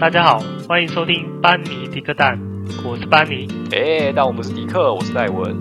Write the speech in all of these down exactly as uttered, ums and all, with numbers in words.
大家好，欢迎收听班尼迪克蛋，我是班尼。 哎、欸，但我不是迪克，我是戴文。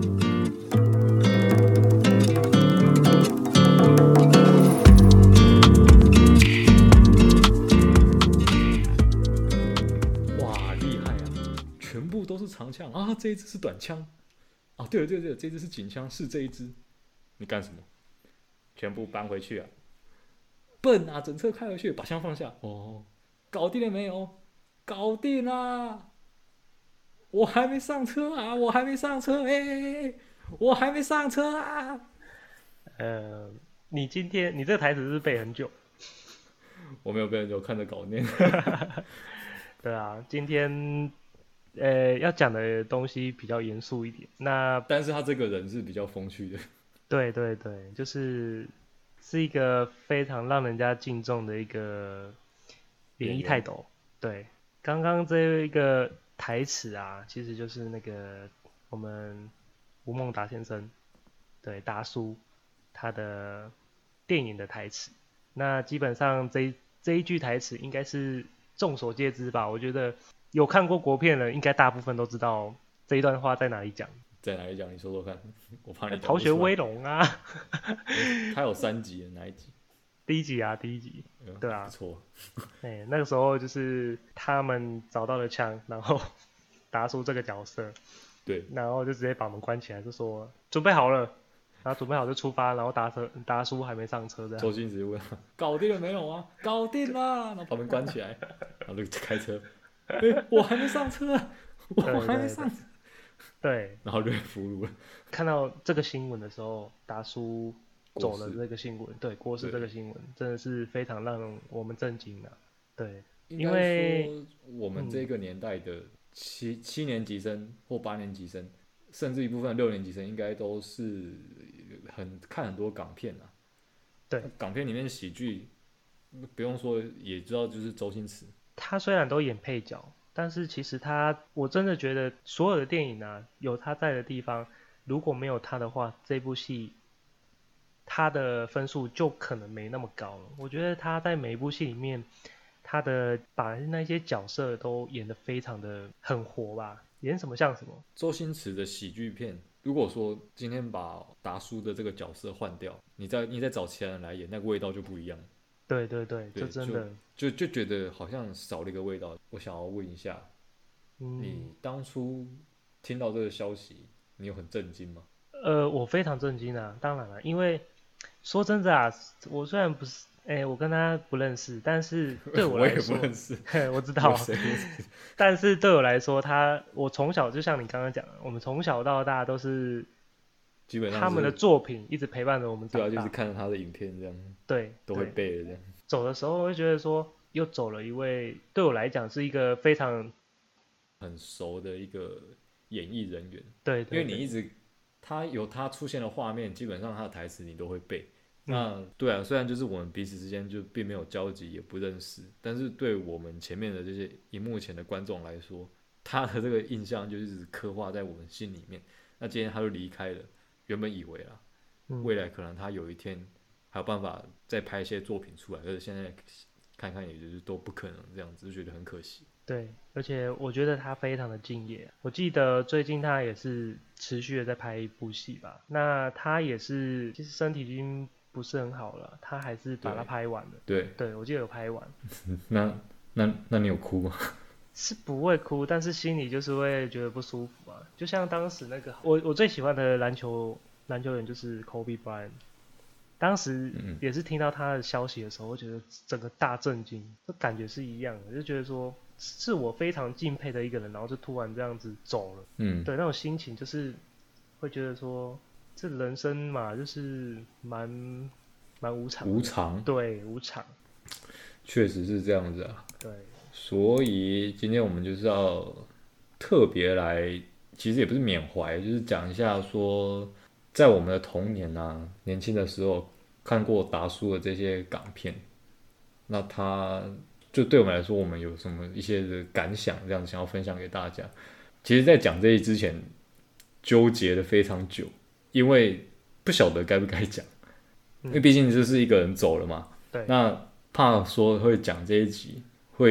哇，厉害啊！全部都是长枪啊，这一支是短枪啊，对了对了对了，这一支是紧枪，是这一支。你干什么？全部搬回去啊！笨啊，整车开回去，把枪放下。哦，搞定了没有？搞定啦！我还没上车啊，我还没上车，哎、欸欸，我还没上车啊！ 呃，你今天你这个台词是不是背很久？ 我没有背很久，看着稿念。 对啊，今天呃要讲的东西比较严肃一点。那但是他这个人是比较风趣的。 对对对，就是是一个非常让人家敬重的一个演艺泰斗。对，刚刚这一个台词啊，其实就是那个我们吴孟达先生，对达叔他的电影的台词。那基本上这一这一句台词应该是众所皆知吧？我觉得有看过国片的人，应该大部分都知道这一段话在哪里讲。 在哪里讲？你说说看，我怕你讲不出来。 逃学威龙啊！ 他有三集，哪一集？ 第一集啊，第一集， 嗯、 对啊， 不错。 哎，那个时候就是他们找到了枪，然后达叔这个角色， 对， 然后就直接把门关起来，就说准备好了，然后准备好就出发，然后达车达叔还没上车这样。 周星驰问他搞定了没有啊？搞定啦，然后把门关起来，然后就开车。欸、我还没上车，我还没上车。 对， 然后就被俘虏了。 看到这个新闻的时候，达叔走了这个新闻，对，过世这个新闻真的是非常让我们震惊的。对，因为我们这个年代的七、嗯、七年级生或八年级生，甚至一部分六年级生，应该都是很看很多港片啊。 对， 港片里面喜剧不用说也知道，就是周星驰。 他虽然都演配角。但是其实他，我真的觉得所有的电影啊，有他在的地方，如果没有他的话，这部戏他的分数就可能没那么高了。我觉得他在每一部戏里面，他的把那些角色都演得非常的很活吧，演什么像什么。 周星驰的喜剧片，如果说今天把达叔的这个角色换掉，你再你再找其他人来演，那个味道就不一样。 对对对，这真的就 就, 就觉得好像少了一个味道。我想要问一下，嗯、你当初听到这个消息，你有很震惊吗？ 呃，我非常震惊啊！当然了，因为说真的啊，我虽然不是，哎，我跟他不认识，但是对我来说， 我也不认识， 我知道，但是对我来说，他我从小就像你刚刚讲的，我们从小到大都是。 基本上他们的作品一直陪伴着我们长大。 对啊，就是看着他的影片这样。 对， 都会背的这样。 走的时候会觉得说，又走了一位对我来讲是一个非常很熟的一个演艺人员。 对， 对， 对， 因为你一直他有他出现的画面，基本上他的台词你都会背。嗯、那对啊，虽然就是我们彼此之间就并没有交集，也不认识，但是对我们前面的这些荧幕前的观众来说，他的这个印象就一直刻画在我们心里面。那今天他就离开了。原本以为啦，未来可能他有一天还有办法再拍一些作品出来，可是现在看看也就是都不可能这样子，就觉得很可惜。 对，而且我觉得他非常的敬业。我记得最近他也是持续的在拍一部戏吧，那他也是其实身体已经不是很好了，他还是把它拍完了。 对， 对，我记得有拍完。 那那那你有哭吗？ 是不会哭，但是心里就是会觉得不舒服啊。就像当时那个我我最喜欢的篮球篮球员就是 Kobe Bryant， 当时也是听到他的消息的时候，我觉得整个大震惊，这感觉是一样的，就觉得说是我非常敬佩的一个人，然后就突然这样子走了。嗯，对，那种心情就是会觉得说，这人生嘛，就是蛮蛮无常的， 无常， 对，无常， 确实是这样子啊。 对。 所以今天我们就是要特别来，其实也不是缅怀，就是讲一下说，在我们的童年啊，年轻的时候看过达叔的这些港片，那他就对我们来说，我们有什么一些的感想，这样想要分享给大家。其实，在讲这一之前，纠结了非常久，因为不晓得该不该讲，因为毕竟就是一个人走了嘛。 对。 那怕说会讲这一集会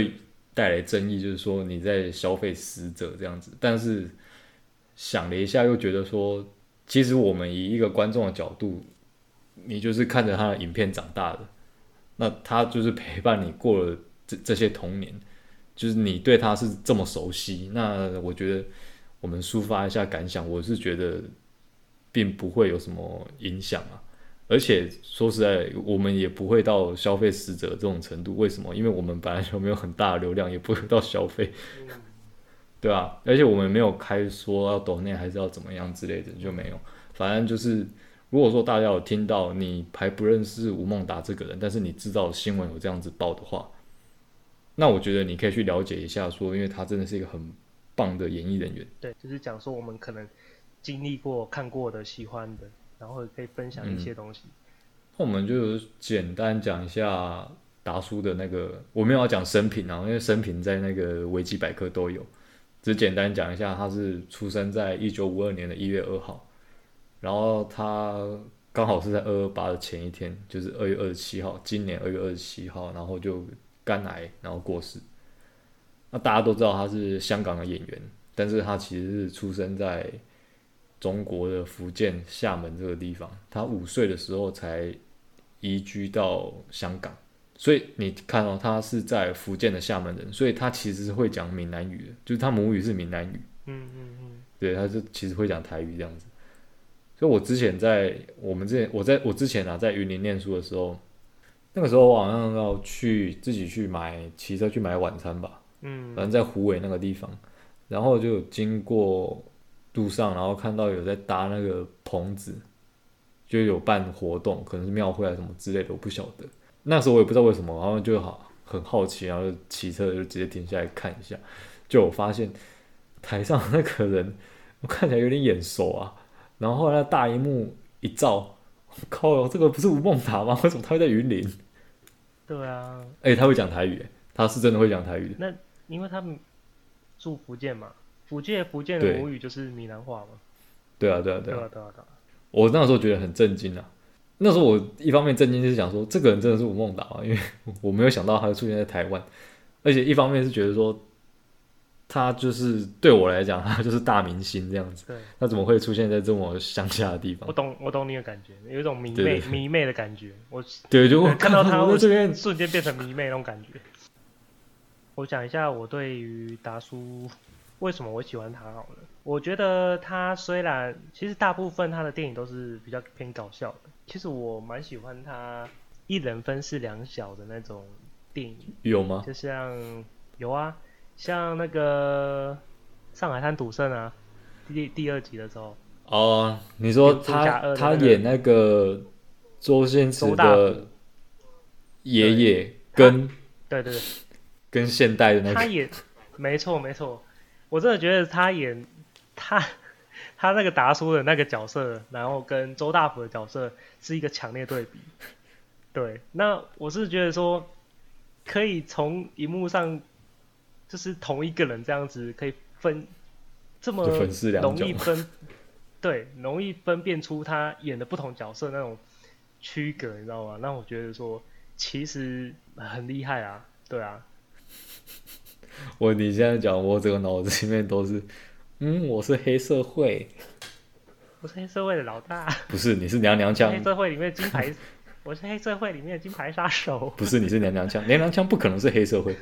带来争议，就是说你在消费死者这样子。但是想了一下，又觉得说，其实我们以一个观众的角度，你就是看着他的影片长大的，那他就是陪伴你过了这这些童年，就是你对他是这么熟悉。那我觉得我们抒发一下感想，我是觉得并不会有什么影响啊。而且说实在，我们也不会到消费死者这种程度。为什么？因为我们本来就没有很大的流量，也不会到消费，对吧？而且我们没有开说要抖内还是要怎么样之类的，就没有。反正就是，如果说大家有听到你还不认识吴孟达这个人，但是你知道新闻有这样子报的话，那我觉得你可以去了解一下说，因为他真的是一个很棒的演艺人员。 对，就是讲说我们可能经历过、看过的、喜欢的。然后可以分享一些东西。 那、嗯、我们就简单讲一下达叔的那个，我没有要讲生平啊，因为生平在那个维基百科都有，只简单讲一下，他是出生在一九五二年的一月二号，然后他刚好是在二二八的前一天，就是二月二十七号，今年二月二十七号，然后就肝癌，然后过世。那大家都知道他是香港的演员，但是他其实是出生在中国的福建厦门这个地方，他五岁的时候才移居到香港，所以你看哦，他是在福建的厦门人，所以他其实是会讲闽南语的，就是他母语是闽南语， 嗯嗯嗯， 对，他是其实会讲台语这样子。所以我之前在我们之前我在我之前啊在云林念书的时候，那个时候我好像要去自己去买骑车去买晚餐吧，嗯，反正在虎尾那个地方，然后就经过路上，然后看到有在搭那个棚子，就有办活动，可能是庙会啊什么之类的，我不晓得。那时候我也不知道为什么，然后就好很好奇，然后就骑车就直接停下来看一下，就我发现台上那个人，我看起来有点眼熟啊。然后后来那大荧幕一照，靠哟，这个不是吴孟达吗？为什么他会在云林？ 对啊， 而且他会讲台语，他是真的会讲台语的。 那因为他们住福建嘛。福建福建的母语就是闽南话嘛。 对啊，对啊， 对啊， 对啊， 对啊，对啊。 我那时候觉得很震惊啊。那时候我一方面震惊就是想说，这个人真的是吴孟达吗？因为我没有想到他会出现在台湾，而且一方面是觉得说，他就是对我来讲，他就是大明星这样子。 对。 他怎么会出现在这么乡下的地方？ 我懂，我懂你的感觉，有一种迷妹迷妹的感觉。我对，就看到他在这边瞬间变成迷妹那种感觉。我讲一下我对于达叔。为什么我喜欢他好了？我觉得他虽然其实大部分他的电影都是比较偏搞笑的，其实我蛮喜欢他一人分饰两角的那种电影。 有吗？ 就像有啊，像那个上海滩赌圣啊，第第二集的时候。 哦，你说他、那个、他演那个周星驰的爷爷跟对对对， 跟现代的那个他演没错没错。我真的觉得他演他他那个达叔的那个角色，然后跟周大福的角色是一个强烈对比。对，那我是觉得说，可以从荧幕上，就是同一个人这样子可以分这么容易分，对，容易分辨出他演的不同角色那种区隔，你知道吗？那我觉得说，其实很厉害啊，对啊。 我你现在讲，我整个脑子里面都是，嗯，我是黑社会， 我是黑社会的老大。 不是，你是娘娘腔。 黑社会里面的金牌，我是黑社会里面的金牌杀手。 不是，你是娘娘腔，娘娘腔不可能是黑社会。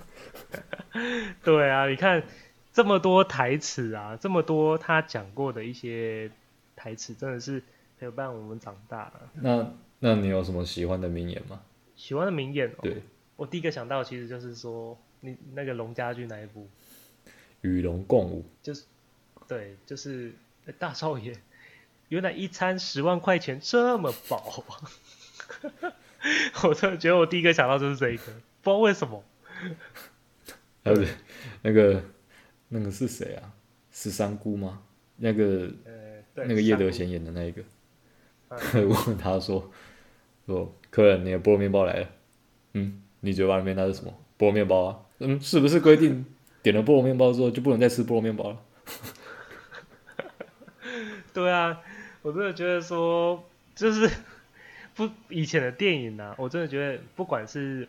对啊，你看这么多台词啊，这么多他讲过的一些台词，真的是陪伴我们长大了。 那那你有什么喜欢的名言吗？ 喜欢的名言、哦， 对， 我第一个想到其实就是说。你那个龙家军那一部， 与龙共舞， 就是对，就是大少爷，原来一餐十万块钱这么饱，我真的觉得我第一个想到就是这一个，不知道为什么。 还有那个那个是谁啊？十三姑吗？那个呃，对， 那个叶德娴演的那一个，嗯、问他说说客人，你的菠萝面包来了，嗯，你嘴巴里面那是什么？菠萝面包啊。嗯，是不是规定点了菠萝面包之后就不能再吃菠萝面包了？ 对啊，我真的觉得说，就是不以前的电影啊，我真的觉得不管是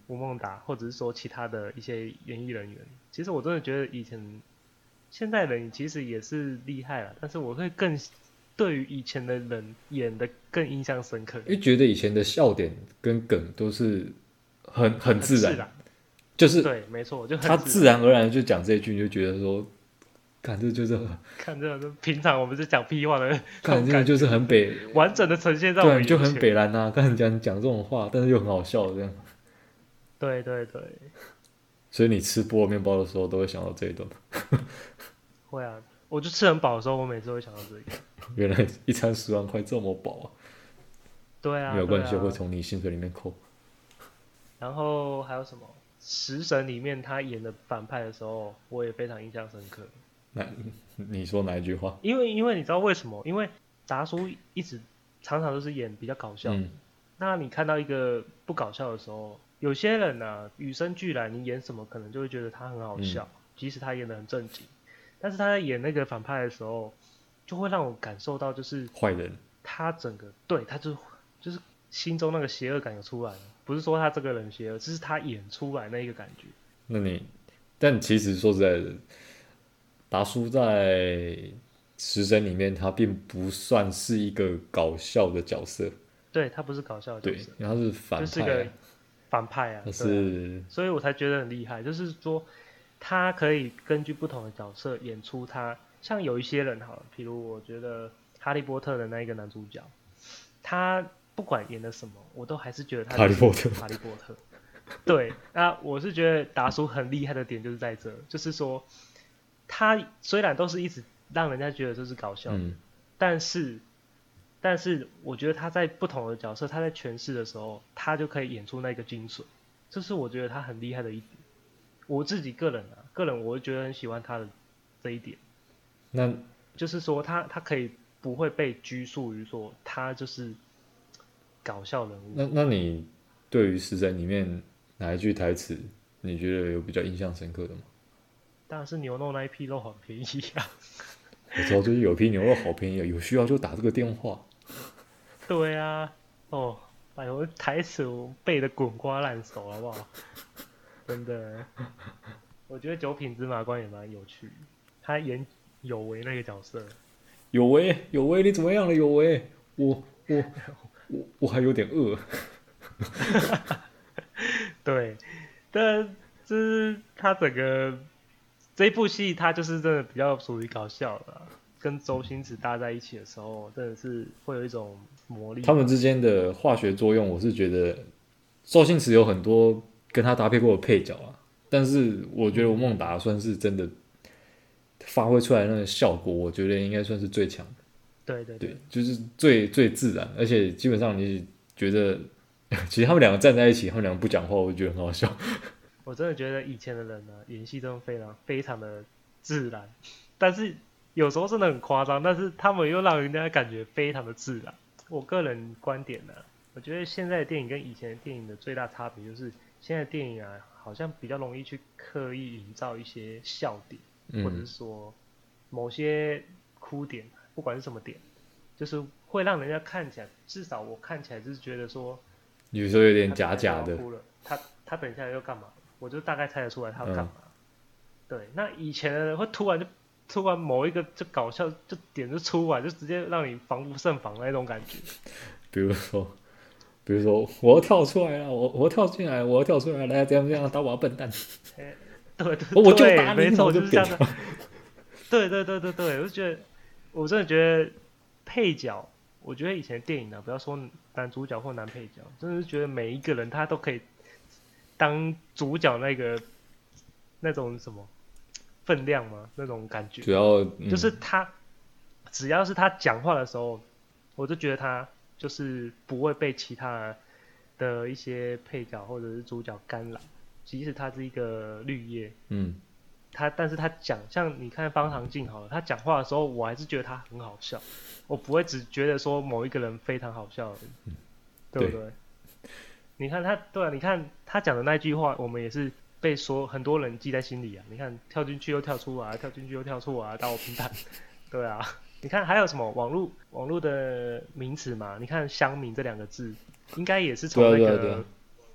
吴孟达，或者是说其他的一些演艺人员。其实我真的觉得以前现代人其实也是厉害了，但是我会更对于以前的人演的更印象深刻， 因为觉得以前的笑点跟梗都是很很自然， 很自然就是对，没错，就很他自然而然就讲这一句，你就觉得说，看这就是看这种平常我们是讲屁话的， 看这个就是很北， 完整的呈现在我们对，就很北蓝呐、啊，看人家讲这种话，但是又很好笑这样。 对对对， 所以你吃菠萝面包的时候都会想到这一段。 会啊，我就吃很饱的时候，我每次都会想到这个。 原来一餐十万块这么饱啊！ 对啊， 没有关系， 啊、 会从你薪水里面扣。 然后还有什么？食神里面他演的反派的时候，我也非常印象深刻。 那你说哪一句话？ 因为因为你知道为什么？因为达叔一直常常都是演比较搞笑的、嗯、那你看到一个不搞笑的时候，有些人啊与生俱来，你演什么可能就会觉得他很好笑、嗯、即使他演得很正经，但是他在演那个反派的时候，就会让我感受到就是坏人， 他整个对他就是就是心中那个邪恶感有出来了，不是说他这个人邪恶，只是他演出来那一个感觉。 那你，但其实说实在的，达叔在食神里面他并不算是一个搞笑的角色， 对，他不是搞笑的角色， 对，他是反派、啊， 就是个反派啊， 他是、 啊，所以我才觉得很厉害，就是说他可以根据不同的角色演出他，像有一些人好了，比如我觉得哈利波特的那一个男主角，他不管演的什么，我都还是觉得他是哈利波特， 哈利波特。对，那我是觉得达叔很厉害的点就是在这，就是说他虽然都是一直让人家觉得这是搞笑的、嗯，但是但是我觉得他在不同的角色，他在诠释的时候，他就可以演出那个精髓，这是我觉得他很厉害的一点。我自己个人啊，个人我会觉得很喜欢他的这一点。 那就是说他他可以不会被拘束于说他就是搞笑人物。 那那你对于食神里面哪一句台词你觉得有比较印象深刻的吗？ 当然是牛肉那一批肉很便宜啊。 我知道最近有批牛肉好便宜啊，有需要就打这个电话。 对啊，哦，哎呦，台词我背得滚瓜烂熟，好不好？真的，我觉得九品芝麻官也蛮有趣，他演有为那个角色。 有为，有为，你怎么样了？有为，我我我我还有点饿。 对，但就是他整个这一部戏，他就是真的比较属于搞笑的，跟周星驰搭在一起的时候，真的是会有一种魔力。 他们之间的化学作用，我是觉得周星驰有很多跟他搭配过的配角啊，但是我觉得吴孟达算是真的发挥出来的那个效果，我觉得应该算是最强的。 对对 对, 对，就是最最自然，而且基本上你觉得，其实他们两个站在一起，他们两个不讲话，我觉得很好笑。 我真的觉得以前的人呢、啊，演戏真的非常非常的自然，但是有时候真的很夸张，但是他们又让人家感觉非常的自然。我个人观点呢、啊，我觉得现在的电影跟以前的电影的最大差别就是，现在的电影啊，好像比较容易去刻意营造一些笑点，嗯、或者是说某些哭点。不管是什么点，就是会让人家看起来，至少我看起来就是觉得说， 有时候有点假假的。 他他等一下又干嘛？我就大概猜得出来他要干嘛、嗯。对，那以前的人会突然就突然某一个就搞笑就点就出来，就直接让你防不胜防那种感觉。 比如说，比如说我要跳出来了，我我要跳进来，我要跳出来，来这样这样打我笨蛋。 欸、对对对， 我就打你， 没错， 就就是这样的。对对对对对，我就觉得。我真的觉得配角，我觉得以前电影呢、啊，不要说男主角或男配角，真的是觉得每一个人他都可以当主角那个那种什么分量吗？那种感觉。 主要、嗯、 就是他，只要是他讲话的时候，我就觉得他就是不会被其他的一些配角或者是主角干扰，即使他是一个绿叶。嗯。他，但是他讲，像你看方唐镜好了，他讲话的时候，我还是觉得他很好笑，我不会只觉得说某一个人非常好笑而已、嗯、对不对？对，你看他，对啊，你看他讲的那句话，我们也是被说很多人记在心里啊。你看跳进去又跳出来，跳进去又跳出来，打我平台，对啊。你看还有什么网络网络的名词嘛？你看乡民这两个字，应该也是从那个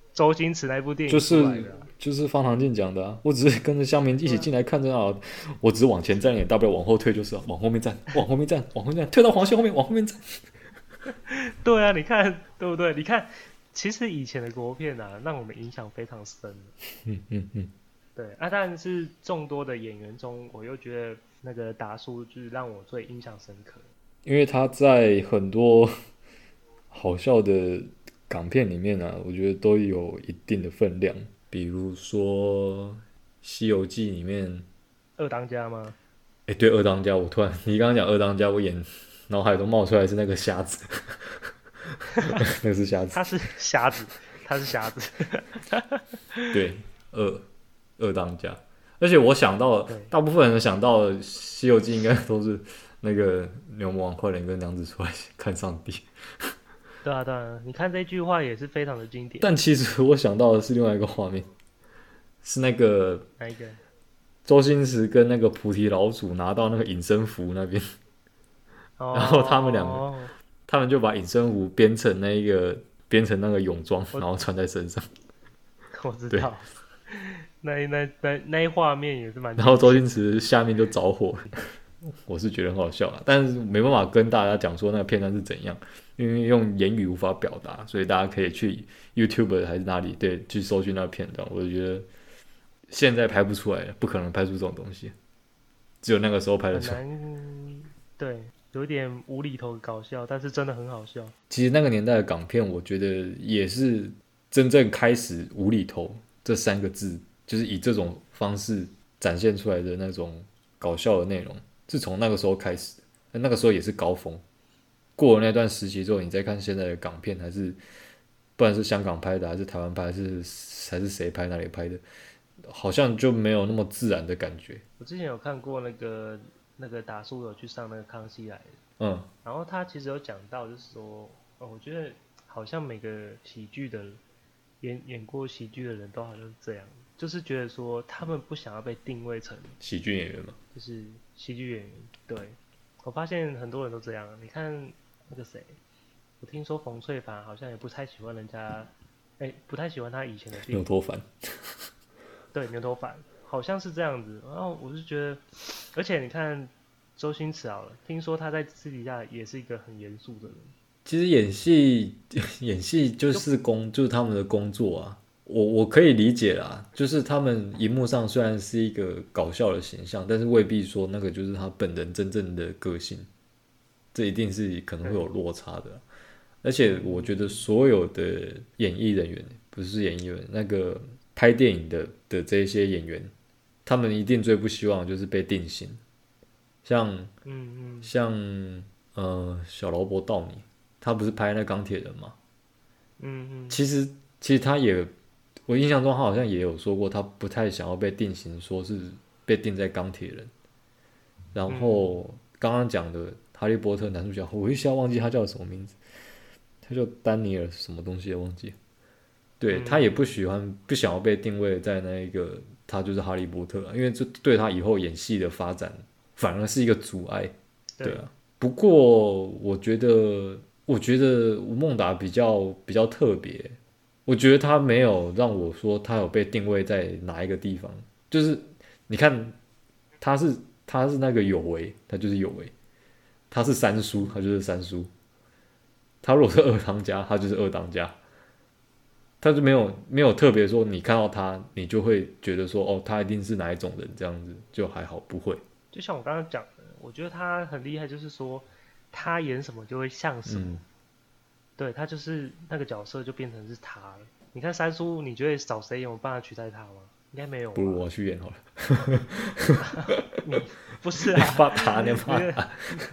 周星驰那部电影就是出来的、啊。 就是方唐镜讲的啊，我只是跟着乡民一起进来看热闹，我只是往前站一点，大不了往后退就是了，往后面站，往后面站，往后面站，退到黄线后面，往后面站。 对啊，你看对不对？你看，其实以前的国片啊，让我们影响非常深。 嗯嗯嗯， 对啊，但是众多的演员中，我又觉得那个达叔就是让我最印象深刻， 因为他在很多好笑的港片里面啊，我觉得都有一定的分量。比如说《西游记》里面， 二当家吗？ 哎，对，二当家，我突然你刚刚讲二当家，我眼脑海中冒出来是那个瞎子，那个是瞎子， 他是瞎子，他是瞎子。 对，二二当家，而且我想到大部分人想到《西游记》应该都是那个牛魔王快点跟娘子出来看上帝。 对啊，对啊，你看这句话也是非常的经典。 但其实我想到的是另外一个画面，是那个哪一个？ 周星驰跟那个菩提老祖拿到那个隐身符那边， 哦、 然后他们两个，他们就把隐身符编成那一个编成那个泳装，然后穿在身上。 我知道，那那那那一画面也是蛮。 然后周星驰下面就着火，我是觉得很好笑啦，但是没办法跟大家讲说那个片段是怎样。因为用言语无法表达，所以大家可以去 YouTube 还是哪里对去搜寻那个片段。我就觉得现在拍不出来，不可能拍出这种东西，只有那个时候拍得出来。 对，有点无厘头搞笑，但是真的很好笑。 其实那个年代的港片，我觉得也是真正开始无厘头这三个字，就是以这种方式展现出来的那种搞笑的内容，是从那个时候开始的，那个时候也是高峰。过了那段时期之后，你再看现在的港片，还是不管是香港拍的，还是台湾拍，还是还是谁拍哪里拍的，好像就没有那么自然的感觉。 我之前有看过那个那个达叔有去上那个康熙来的， 嗯， 然后他其实有讲到，就是说，哦，我觉得好像每个喜剧的演演过喜剧的人都好像是这样，就是觉得说他们不想要被定位成喜剧演员嘛， 就是喜剧演员。对，我发现很多人都这样，你看。那个谁，我听说冯翠凡好像也不太喜欢人家，哎、欸，不太喜欢他以前的电影。 牛头凡。 对，牛头凡好像是这样子。然后我就觉得，而且你看周星驰好了，听说他在私底下也是一个很严肃的人。 其实演戏，演戏就是工，就是他们的工作啊。我我可以理解啦，就是他们荧幕上虽然是一个搞笑的形象，但是未必说那个就是他本人真正的个性。这一定是可能会有落差的、啊，而且我觉得所有的演艺人员，不是演艺人员，那个拍电影的的这些演员，他们一定最不希望就是被定型，像，嗯嗯，像呃小劳勃道尼，他不是拍那钢铁人吗？嗯嗯，其实其实他也，我印象中他好像也有说过，他不太想要被定型，说是被定在钢铁人，然后刚刚讲的。哈利波特男主角，我一下忘记他叫什么名字，他叫丹尼尔什么东西忘记。对、嗯、他也不喜欢，不想要被定位在那一个，他就是哈利波特，因为这对他以后演戏的发展反而是一个阻碍。对, 对啊，不过我觉得，我觉得吴孟达比较比较特别，我觉得他没有让我说他有被定位在哪一个地方，就是你看他是他是那个有为，他就是有为。他是三叔，他就是三叔。他如果是二当家，他就是二当家。他就没有没有特别说，你看到他，你就会觉得说，哦，他一定是哪一种人，这样子就还好，不会。 就像我刚刚讲的，我觉得他很厉害，就是说他演什么就会像什么。嗯、对他就是那个角色就变成是他了。你看三叔，你觉得找谁有办法取代他吗？应该没有。 不如我去演好了。 你不是啊？ 怕他，你怕他。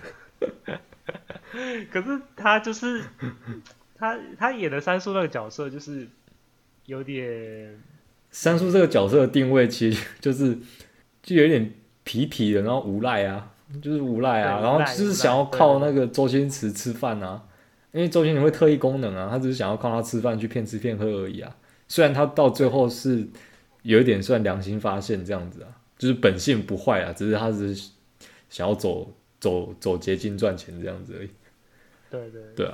可是他就是他，他演的三叔那个角色就是有点。 三叔这个角色的定位其实就是就有点痞痞的，然后无赖啊，就是无赖啊，然后就是想要靠那个周星驰吃饭啊，因为周星驰会特异功能啊，他只是想要靠他吃饭去骗吃骗喝而已啊。虽然他到最后是有一点算良心发现这样子啊，就是本性不坏啊，只是他只是想要走走走捷径赚钱这样子而已。 对对对啊，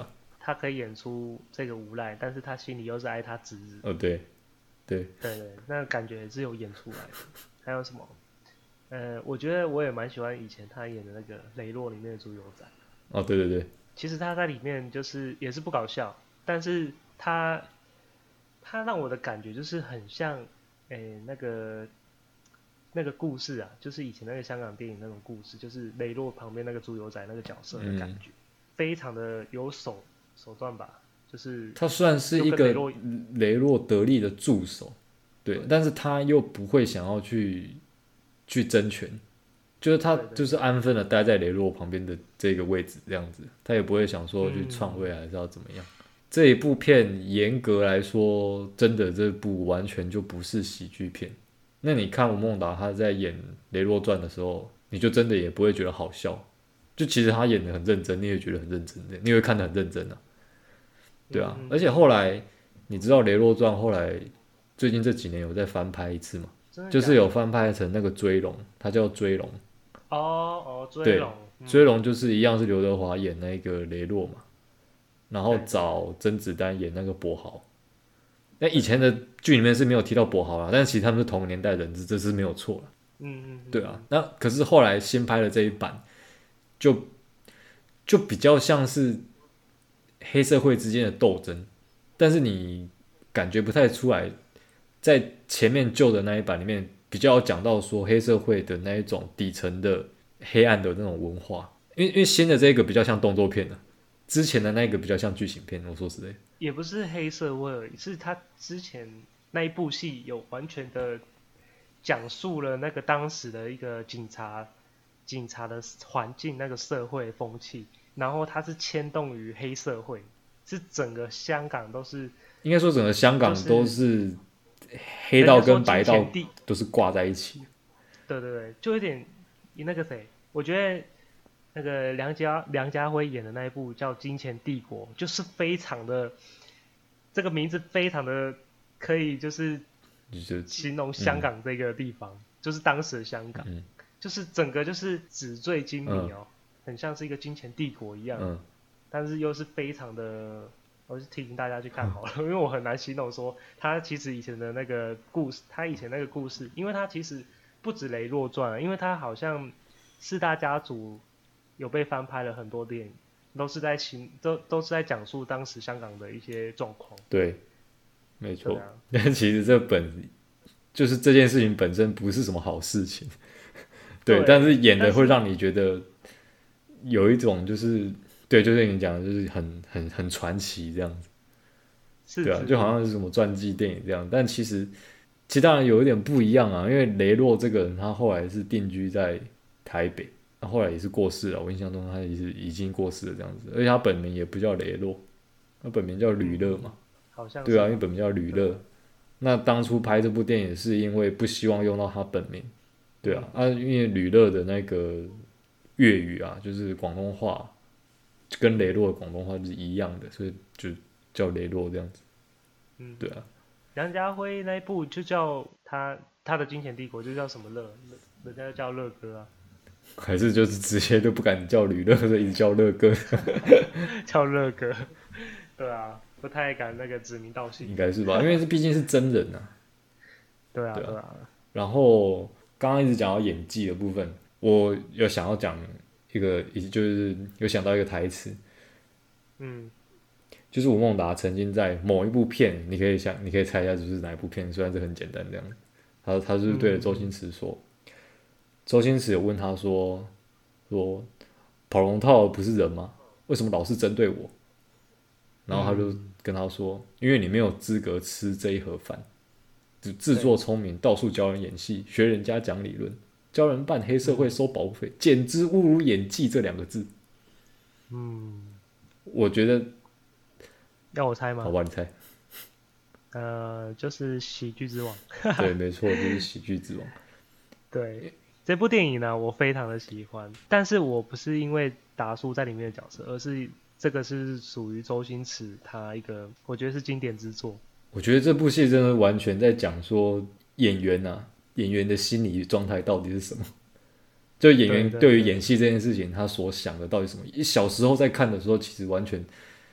他可以演出这个无赖，但是他心里又是爱他侄子。 哦，对，对， 对对，那感觉也是有演出来的。还有什么？呃，我觉得我也蛮喜欢以前他演的那个《雷洛》里面的猪油仔。 哦，对对对， 其实他在里面就是也是不搞笑，但是他他让我的感觉就是很像，诶那个那个故事啊，就是以前那个香港电影那种故事，就是雷洛旁边那个猪油仔那个角色的感觉，嗯、非常的有手手段吧，就是他算是一个雷洛得力的助手，对，对但是他又不会想要去去争权。就是他就是安分的待在雷洛旁边的这个位置这样子，他也不会想说去篡位还是要怎么样。嗯、这一部片严格来说，真的这部完全就不是喜剧片。那你看吴孟达他在演《雷洛传》的时候，你就真的也不会觉得好笑。就其实他演的很认真，你也觉得很认真，你会看得很认真啊。对啊，嗯、而且后来你知道《雷洛传》后来最近这几年有再翻拍一次嘛？就是有翻拍成那个追龙，它叫追龙。 哦哦，追龙， 对，追龙就是一样是刘德华演那个雷洛嘛，然后找甄子丹演那个跛豪。那以前的剧里面是没有提到跛豪啦，但其实他们是同个年代人，这是没有错啦。 嗯嗯， 对啊。那可是后来新拍的这一版，就就比较像是黑社会之间的斗争，但是你感觉不太出来，在前面旧的那一版里面。比较讲到说黑社会的那一种底层的黑暗的那种文化，因为因为新的这个比较像动作片的，之前的那个比较像剧情片。我说实在， 也不是黑社会而已，是他之前那一部戏有完全的讲述了那个当时的一个警察警察的环境，那个社会风气，然后他是牵动于黑社会，是整个香港都是， 应该说整个香港都是。就是黑道跟白道都是挂在一起， 对对对，就有点那个谁，我觉得那个梁家梁家辉演的那一部叫《金钱帝国》，就是非常的这个名字非常的可以就是形容香港这个地方，嗯、就是当时的香港，嗯、就是整个就是纸醉金迷哦，嗯、很像是一个金钱帝国一样，嗯、但是又是非常的。我是提醒大家去看好了，因为我很难形容说他其实以前的那个故事，他以前那个故事，因为他其实不止《雷洛传》，因为他好像四大家族有被翻拍了很多电影，都是在行都都是在讲述当时香港的一些状况。 对，没错。啊、但其实这本就是这件事情本身不是什么好事情，对，对但是演的会让你觉得有一种就是。对，就是你讲的，就是很很很传奇这样子， 是对啊，就好像是什么传记电影这样，但其实其实当然有一点不一样啊，因为雷洛这个人他后来是定居在台北，他后来也是过世了，我印象中他也是已经过世了这样子，而且他本名也不叫雷洛，他本名叫吕乐嘛， 好像对啊，因为本名叫吕乐，那当初拍这部电影是因为不希望用到他本名，对啊，啊，因为吕乐的那个粤语啊，就是广东话。跟雷洛的广东话是一样的，所以就叫雷洛这样子。嗯，对啊。 梁家辉那一部就叫他他的金钱帝国就叫什么乐，人家就叫乐哥啊。 还是就是直接就不敢叫吕乐，所以一直叫乐哥。 叫乐哥，对啊，不太敢那个指名道姓。 应该是吧，因为是毕竟是真人啊。 对啊，对啊。对啊然后刚刚一直讲到演技的部分，我有想要讲。一个就是有想到一个台词，嗯，就是吴孟达曾经在某一部片，你可以想，你可以猜一下，就是哪一部片？虽然这很简单，这样，他他就是对着周星驰说，嗯、周星驰有问他说，说跑龙套不是人吗？为什么老是针对我？然后他就跟他说，因为你没有资格吃这一盒饭，只自作聪明，到处教人演戏，学人家讲理论。教人办黑社会收保护费，嗯、简直侮辱演技这两个字。嗯，我觉得要我猜吗？ 好吧，你猜。 呃，就是喜剧之王。 对，没错，就是喜剧之王。 对，这部电影呢，我非常的喜欢，但是我不是因为达叔在里面的角色，而是这个是属于周星驰他一个，我觉得是经典之作。 我觉得这部戏真的完全在讲说演员啊。演员的心理状态到底是什么？就演员对于演戏这件事情，他所想的到底是什么？小时候在看的时候，其实完全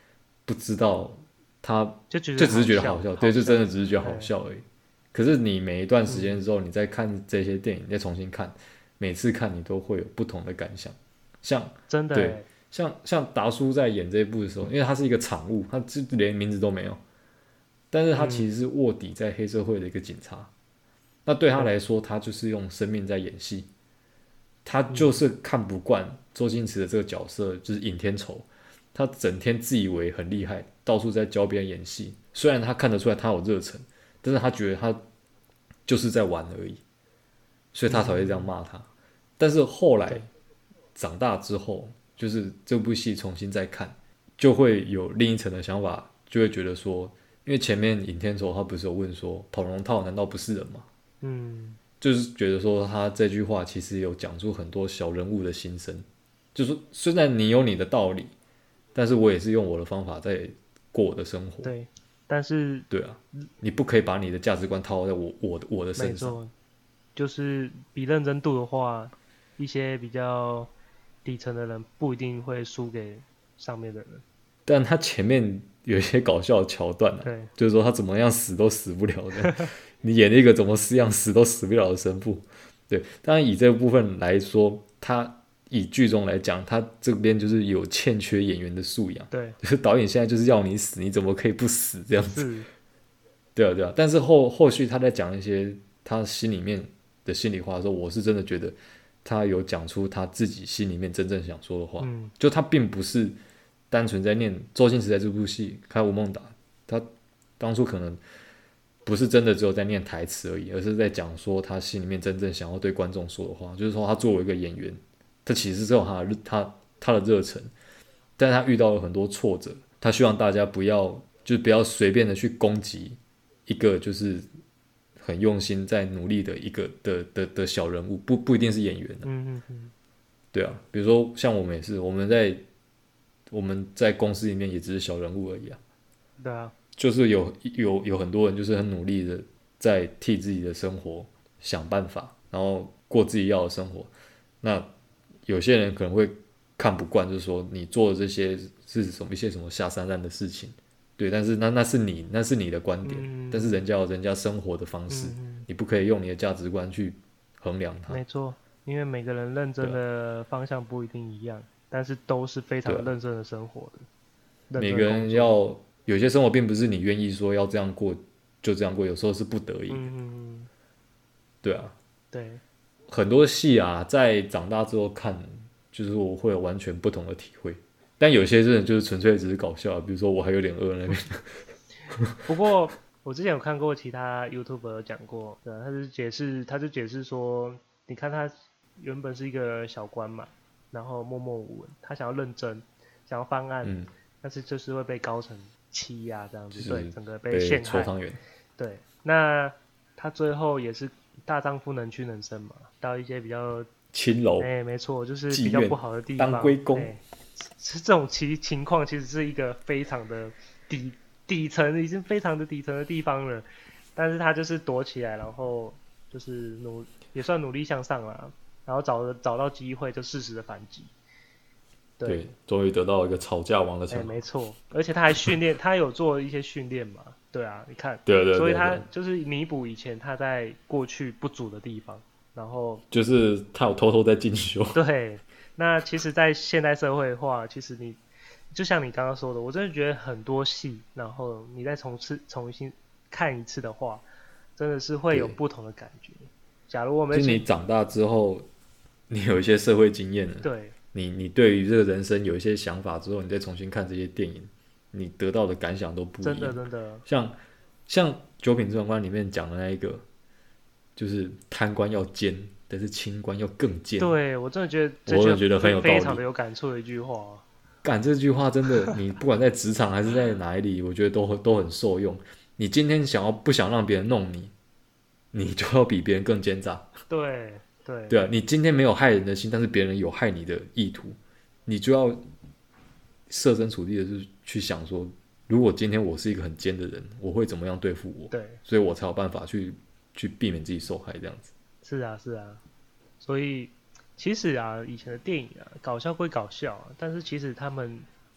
不知道他就觉得就只是觉得好好笑，对，就笑真的只是觉得好笑而已。可是你每一段时间之后， 嗯、 你再看这些电影，再重新看，每次看你都会有不同的感想。像真的对，像像达叔在演这一部的时候，因为他是一个场务，他就连名字都没有，但是他其实是卧底在黑社会的一个警察。嗯、那对他来说，他就是用生命在演戏。他就是看不惯周星驰的这个角色，就是尹天仇，他整天自以为很厉害，到处在教别人演戏。虽然他看得出来他有热忱，但是他觉得他就是在玩而已，所以他才会这样骂他。嗯、但是后来长大之后，就是这部戏重新再看，就会有另一层的想法，就会觉得说，因为前面尹天仇他不是有问说，跑龙套难道不是人吗？嗯。就是觉得说他这句话其实有讲出很多小人物的心声，就是虽然你有你的道理，但是我也是用我的方法在过我的生活。 对，但是对啊，你不可以把你的价值观套在我我的我的身上。 没错，就是比认真度的话，一些比较底层的人不一定会输给上面的人。 但他前面有一些搞笑的桥段啊， 对， 就是说他怎么样死都死不了的。你演一个怎么死样死都死不了的神父，对，当然以这个部分来说，他以剧中来讲，他这边就是有欠缺演员的素养， 对， 就是导演现在就是要你死，你怎么可以不死这样子？ 是， 对啊对啊，但是后后续他在讲一些他心里面的心里话的时候，我是真的觉得他有讲出他自己心里面真正想说的话，嗯、就他并不是单纯在念周星驰在这部戏《开无梦达》，他当初可能不是真的只有在念台词而已，而是在讲说他心里面真正想要对观众说的话。就是说，他作为一个演员，他其实是有他的他他的热忱，但是他遇到了很多挫折。他希望大家不要就是不要随便的去攻击一个就是很用心在努力的一个的的的小人物，不不一定是演员的、啊。嗯嗯嗯，对啊，比如说像我们也是，我们在我们在公司里面也只是小人物而已啊。 对啊。 就是有有有很多人就是很努力的在替自己的生活想办法，然后过自己要的生活。那有些人可能会看不惯，就是说你做的这些是什么一些什么下三滥的事情，对，但是那那是你那是你的观点，嗯、但是人家有人家生活的方式，嗯、你不可以用你的价值观去衡量它。 没错，因为每个人认真的方向不一定一样，但是都是非常认真的生活的。 每个人要。有些生活并不是你愿意说要这样过就这样过，有时候是不得已的。嗯、对啊， 对， 很多戏啊，在长大之后看，就是我会有完全不同的体会。但有些真的就是纯粹只是搞笑，比如说我还有点饿那边。 不过我之前有看过其他 YouTuber 有讲过，对、啊，他就解释，他就解释说，你看他原本是一个小官嘛，然后默默无闻，他想要认真，想要翻案，嗯、但是就是会被高层欺压这样子，对，整个被陷害。对，那他最后也是大丈夫能屈能伸嘛，到一些比较青楼， 哎，没错，就是比较不好的地方， 当龟公。 是这种情情况，其实是一个非常的底底层，已经非常的底层的地方了。但是他就是躲起来，然后就是努也算努力向上啦，然后找找到机会就适时的反击。 对，终于得到一个吵架王的称号。 没错，而且他还训练，他有做一些训练嘛？对啊，你看， 对 对, 对, 对， 所以他就是弥补以前他在过去不足的地方，然后就是他有偷偷在进修。 对，那其实，在现代社会的话，其实你就像你刚刚说的，我真的觉得很多戏，然后你再重次重新看一次的话，真的是会有不同的感觉。假如我们就你长大之后，你有一些社会经验了， 对。 你你对于这个人生有一些想法之后，你再重新看这些电影，你得到的感想都不一样。 真的真的， 像像《九品芝麻官》里面讲的那一个，就是贪官要奸，但是清官要更奸。 对，我真的觉得这我真的觉得很有道理， 非常的有感触的一句话。 干这句话真的，你不管在职场还是在哪里，我觉得都都很受用。你今天想要不想让别人弄你，你就要比别人更奸诈。 对。对, 对啊，你今天没有害人的心，但是别人有害你的意图，你就要设身处地的去想说，如果今天我是一个很奸的人，我会怎么样对付我？ 对， 所以我才有办法去去避免自己受害这样子。 是啊，是啊，所以其实啊，以前的电影啊，搞笑归搞笑、啊，但是其实他们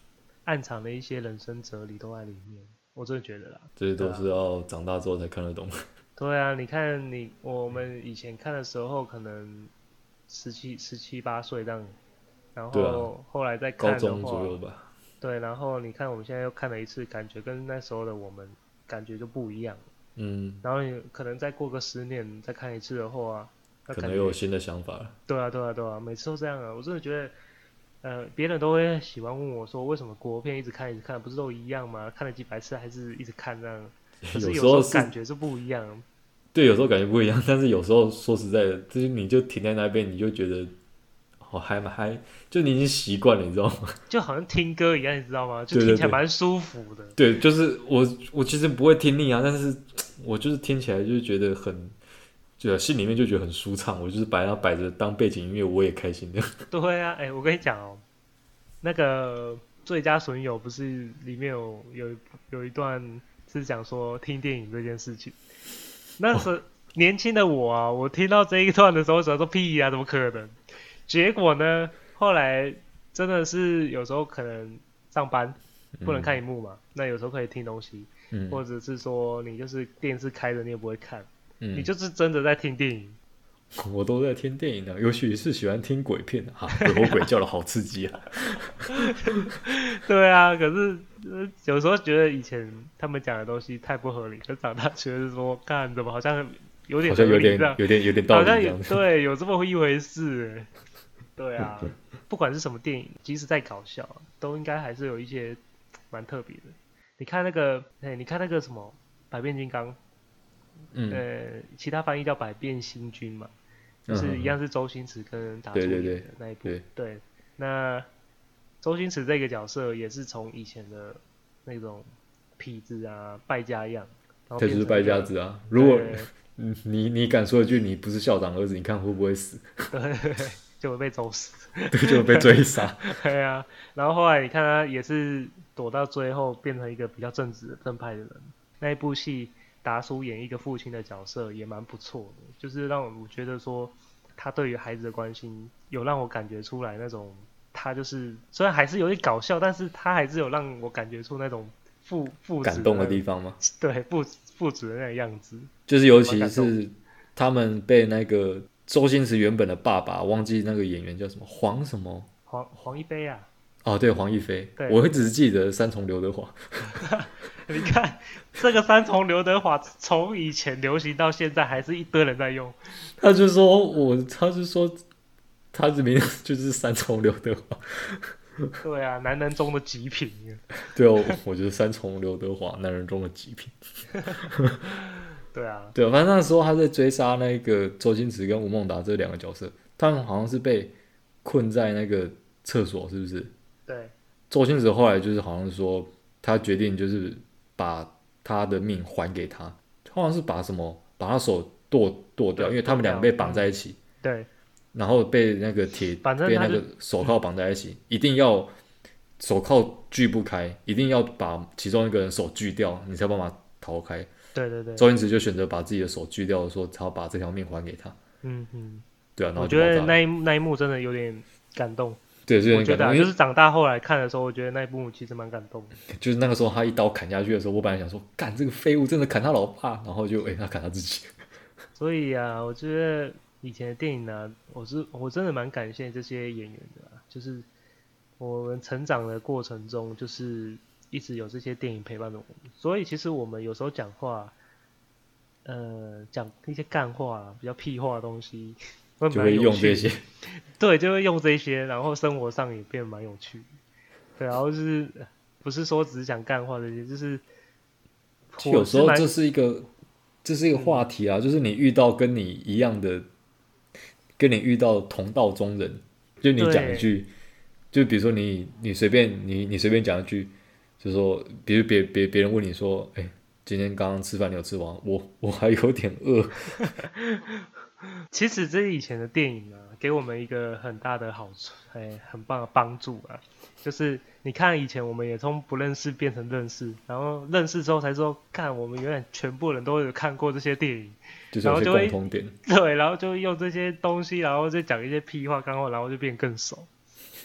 暗藏的一些人生哲理都在里面，我真的觉得啦。 这些都是要长大之后才看得懂。 对啊，你看你我们以前看的时候，可能十七、十七八岁这样，然后后来再看的话， 高中左右吧。 对，然后你看我们现在又看了一次，感觉跟那时候的我们感觉就不一样。 嗯。 然后你可能再过个十年再看一次的话， 可能又有新的想法了。 对啊，对啊，对啊，每次都这样啊！我真的觉得，呃，别人都会喜欢问我说，为什么国片一直看一直看，不是都一样吗？看了几百次还是一直看这样？可是有时候感觉是不一样。 对，有时候感觉不一样，但是有时候说实在的，就是你就停在那边，你就觉得，哦，还还，就你已经习惯了，你知道吗？ 就好像听歌一样，你知道吗？就听起来蛮舒服的。 对，对，对，就是我我其实不会听腻啊，但是我就是听起来就是觉得很，就心里面就觉得很舒畅，我就是把它摆着当背景音乐，我也开心的。 对啊，哎、欸，我跟你讲哦，那个最佳损友不是里面有有有一段是讲说听电影这件事情。那时候、哦、年轻的我啊，我听到这一段的时候，想说屁啊，怎么可能？结果呢，后来真的是有时候可能上班不能看荧幕嘛、嗯，那有时候可以听东西、嗯，或者是说你就是电视开着你也不会看，嗯、你就是真的在听电影。 我都在听电影的、啊，尤其是喜欢听鬼片啊，鬼吼鬼叫的好刺激啊！ 对啊，可是、呃、有时候觉得以前他们讲的东西太不合理，可长大觉得说，看怎么好像有点好像有点有点有点道理这样子， 好像对，有这么一回事。对啊，不管是什么电影，即使再搞笑，都应该还是有一些蛮特别的。你看那个，哎，你看那个什么《百变金刚》，嗯，呃，其他翻译叫《百变星君》嘛。就是一样是周星驰跟达叔演的那一部，对, 对, 对, 对。那周星驰这个角色也是从以前的那种痞子啊、败家样，然后这就是败家子啊！如果你你敢说一句你不是校长儿子，你看会不会死？ 对对对，就会被揍死。 对，就会被追杀。 对啊，然后后来你看他也是躲到最后变成一个比较正直的正派的人。那一部戏。达叔演一个父亲的角色也蛮不错的，就是让我觉得说他对于孩子的关心有让我感觉出来那种，他就是虽然还是有点搞笑，但是他还是有让我感觉出那种父父子感动的地方吗？ 对，父父子的那个样子， 就是尤其是他们被那个周星驰原本的爸爸，忘记那个演员叫什么黄什么黄黄一飞啊。 哦，对，黄一飞，我会只记得三重刘德华。 你看这个三重刘德华从以前流行到现在，还是一堆人在用。 他就说我，他就说他这边就是三重刘德华。 对啊，男人中的极品。 对哦，我觉得三重刘德华，男人中的极品。 对啊， 对啊，反正那时候他在追杀那个周星驰跟吴孟达这两个角色，他们好像是被困在那个厕所，是不是？ 对， 周星驰后来就是好像说，他决定就是把他的命还给他，好像是把什么把他手剁剁掉，因为他们两个被绑在一起，嗯、 对， 然后被那个铁被那个手铐绑在一起，一定要手铐锯不开，一定要把其中一个人手锯掉，你才有办法逃开。 对对对， 周星驰就选择把自己的手锯掉，说才要把这条命还给他。 嗯嗯， 对啊，然后我觉得那一那一幕真的有点感动。 对，就我觉得、啊、就是长大后来看的时候，我觉得那一部其实蛮感动的。 就是那个时候他一刀砍下去的时候，我本来想说，干这个废物真的砍他老爸，然后就哎、欸、他砍他自己。 所以啊，我觉得以前的电影呢、啊，我是我真的蛮感谢这些演员的、啊，就是我们成长的过程中，就是一直有这些电影陪伴着我们。所以其实我们有时候讲话，呃，讲一些干话、比较屁话的东西。 就会用这些， 对，就会用这些，然后生活上也变得蛮有趣的。对，然后就是不是说只是讲干话这些，就是有时候这是一个这是一个话题啊，嗯、就是你遇到跟你一样的，跟你遇到同道中人，就你讲一句，就比如说你你随便你你随便讲一句，就说，比如别别别人问你说，哎、欸，今天刚刚吃饭你有吃完？我我还有点饿。 其实这以前的电影啊，给我们一个很大的好处，哎，很棒的帮助啊。就是你看以前我们也从不认识变成认识，然后认识之后才说，看我们原来全部人都有看过这些电影， 就是有些共同点。 对，然后就用这些东西，然后就讲一些屁话干话，然后就变更熟。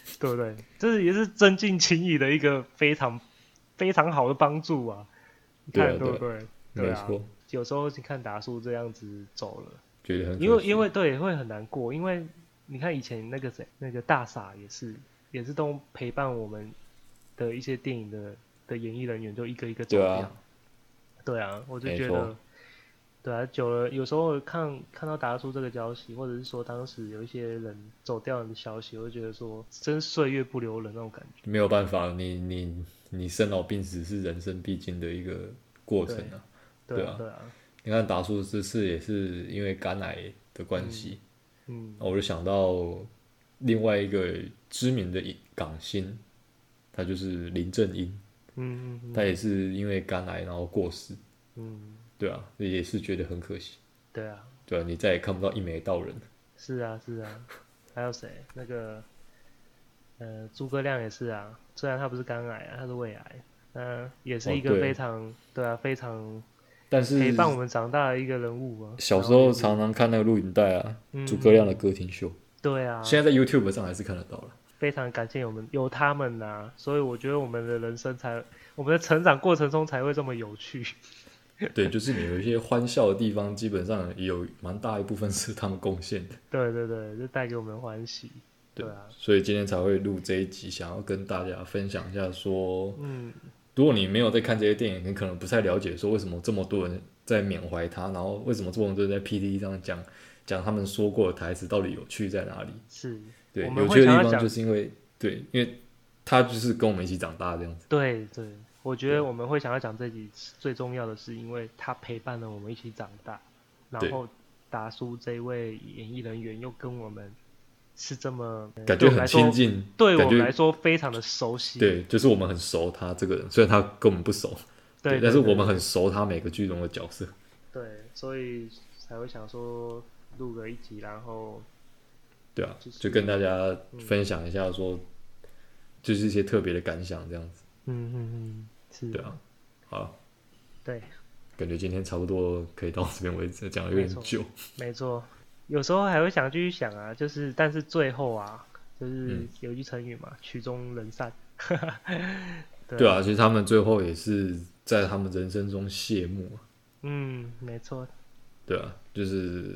对不对？这是也是增进情谊的一个非常非常好的帮助啊！你看对不对？对啊， 没错。 有时候你看达叔这样子走了， 觉得很可惜， 因为因为对会很难过，因为你看以前那个谁，那个大傻也是也是都陪伴我们的一些电影的的演艺人员，就一个一个走掉。对啊，对啊，我就觉得。对啊，久了有时候看看到达叔这个消息，或者是说当时有一些人走掉的消息，我就觉得说真岁月不留人那种感觉。 没有办法，你你你生老病死是人生必经的一个过程啊。 对啊，对啊。 你看达叔这次也是因为肝癌的关系， 嗯， 我就想到另外一个知名的港星，他就是林正英， 嗯嗯， 他也是因为肝癌然后过世， 嗯。 对啊，也是觉得很可惜。 对啊， 对啊，你再也看不到一眉道人。是啊，是啊，还有谁？那个，呃，诸葛亮也是啊，虽然他不是肝癌啊，他是胃癌，嗯、呃，也是一个非常、哦、对, 对啊，非常， 但是陪伴我们长大的一个人物啊。 小时候常常看那个录影带啊，诸葛亮的歌厅秀。 对啊， 现在在 YouTube 上还是看得到了。 非常感谢我们有他们呐、啊，所以我觉得我们的人生才，我们的成长过程中才会这么有趣。 对，就是你有一些欢笑的地方，基本上有蛮大一部分是他们贡献的。 对对对，就带给我们欢喜。对啊， 所以今天才会录这一集，想要跟大家分享一下说， 嗯， 如果你没有在看这些电影，你可能不太了解说为什么这么多人在缅怀他，然后为什么这么多人在 P T T 上讲讲他们说过的台词到底有趣在哪里？ 是， 对，有趣的地方就是因为对，因为他就是跟我们一起长大这样子。 对对。我觉得我们会想要讲这集最重要的是，因为他陪伴了我们一起长大，然后达叔这位演艺人员又跟我们是这么感觉很亲近， 对我们来说非常的熟悉。 对，就是我们很熟他这个人，虽然他跟我们不熟， 对，对但是我们很熟他每个剧中的角色。 对，所以才会想说录个一集，然后对啊，就是、就跟大家分享一下说，嗯、就是一些特别的感想这样子。 嗯嗯嗯，是。 对啊，好， 对， 感觉今天差不多可以到这边为止，讲的有点久。 没错，有时候还会想继续想啊，就是但是最后啊，就是有一句成语嘛，嗯、曲终人散。 对, 对啊，其实他们最后也是在他们人生中谢幕。 嗯，没错。 对啊，就是，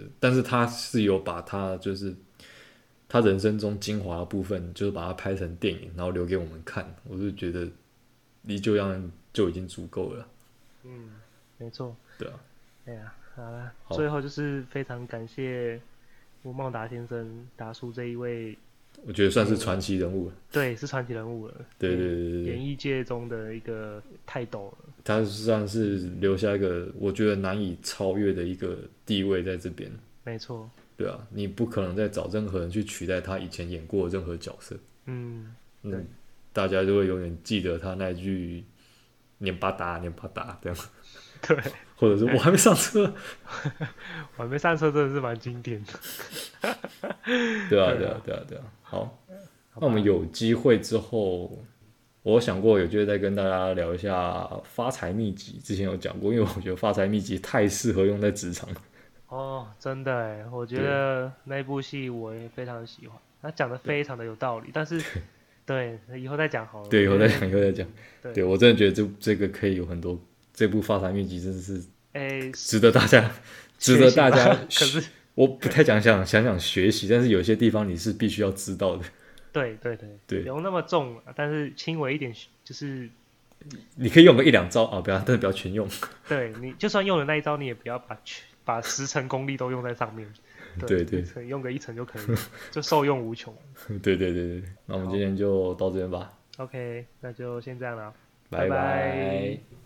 但是他是有把他就是他人生中精华的部分，就是把它拍成电影，然后留给我们看。我就觉得。离就样就已经足够了。 嗯，没错。 对啊。 哎呀，好了，最后就是非常感谢吴孟达先生达叔这一位， 我觉得算是传奇人物了。 对，是传奇人物了。 对对对对， 演艺界中的一个泰斗了。 他算是留下一个我觉得难以超越的一个地位在这边。 没错。 对啊，你不可能再找任何人去取代他以前演过的任何角色。 嗯， 对。 嗯， 大家就会永远记得他那句“黏巴达黏巴达”这样， 对， 或者是我还没上车， 我还没上车，真的是蛮经典的。 对啊，对啊，对啊，对啊。好，那我们有机会之后，我想过有机会再跟大家聊一下发财秘籍，之前有讲过，因为我觉得发财秘籍太适合用在职场。 哦，真的哎，我觉得那部戏我也非常喜欢，他讲的非常的有道理，但是。对，以后再讲好了。 对，以后再讲，以后再讲。对，对我真的觉得这这个可以有很多，这部发财秘籍真的是，哎，值得大家，值得大家。 可是我不太讲想想想学习，但是有些地方你是必须要知道的。 对对对对， 不用那么重，但是轻微一点，就是你可以用个一两招啊，不要，但是不要全用。 对，你就算用了那一招，你也不要把把十成功力都用在上面。 对 对, 对，用个一层就可以了，就受用无穷。 对对对对，那我们今天就到这边吧。 OK，那就先这样了， 拜拜。 拜拜。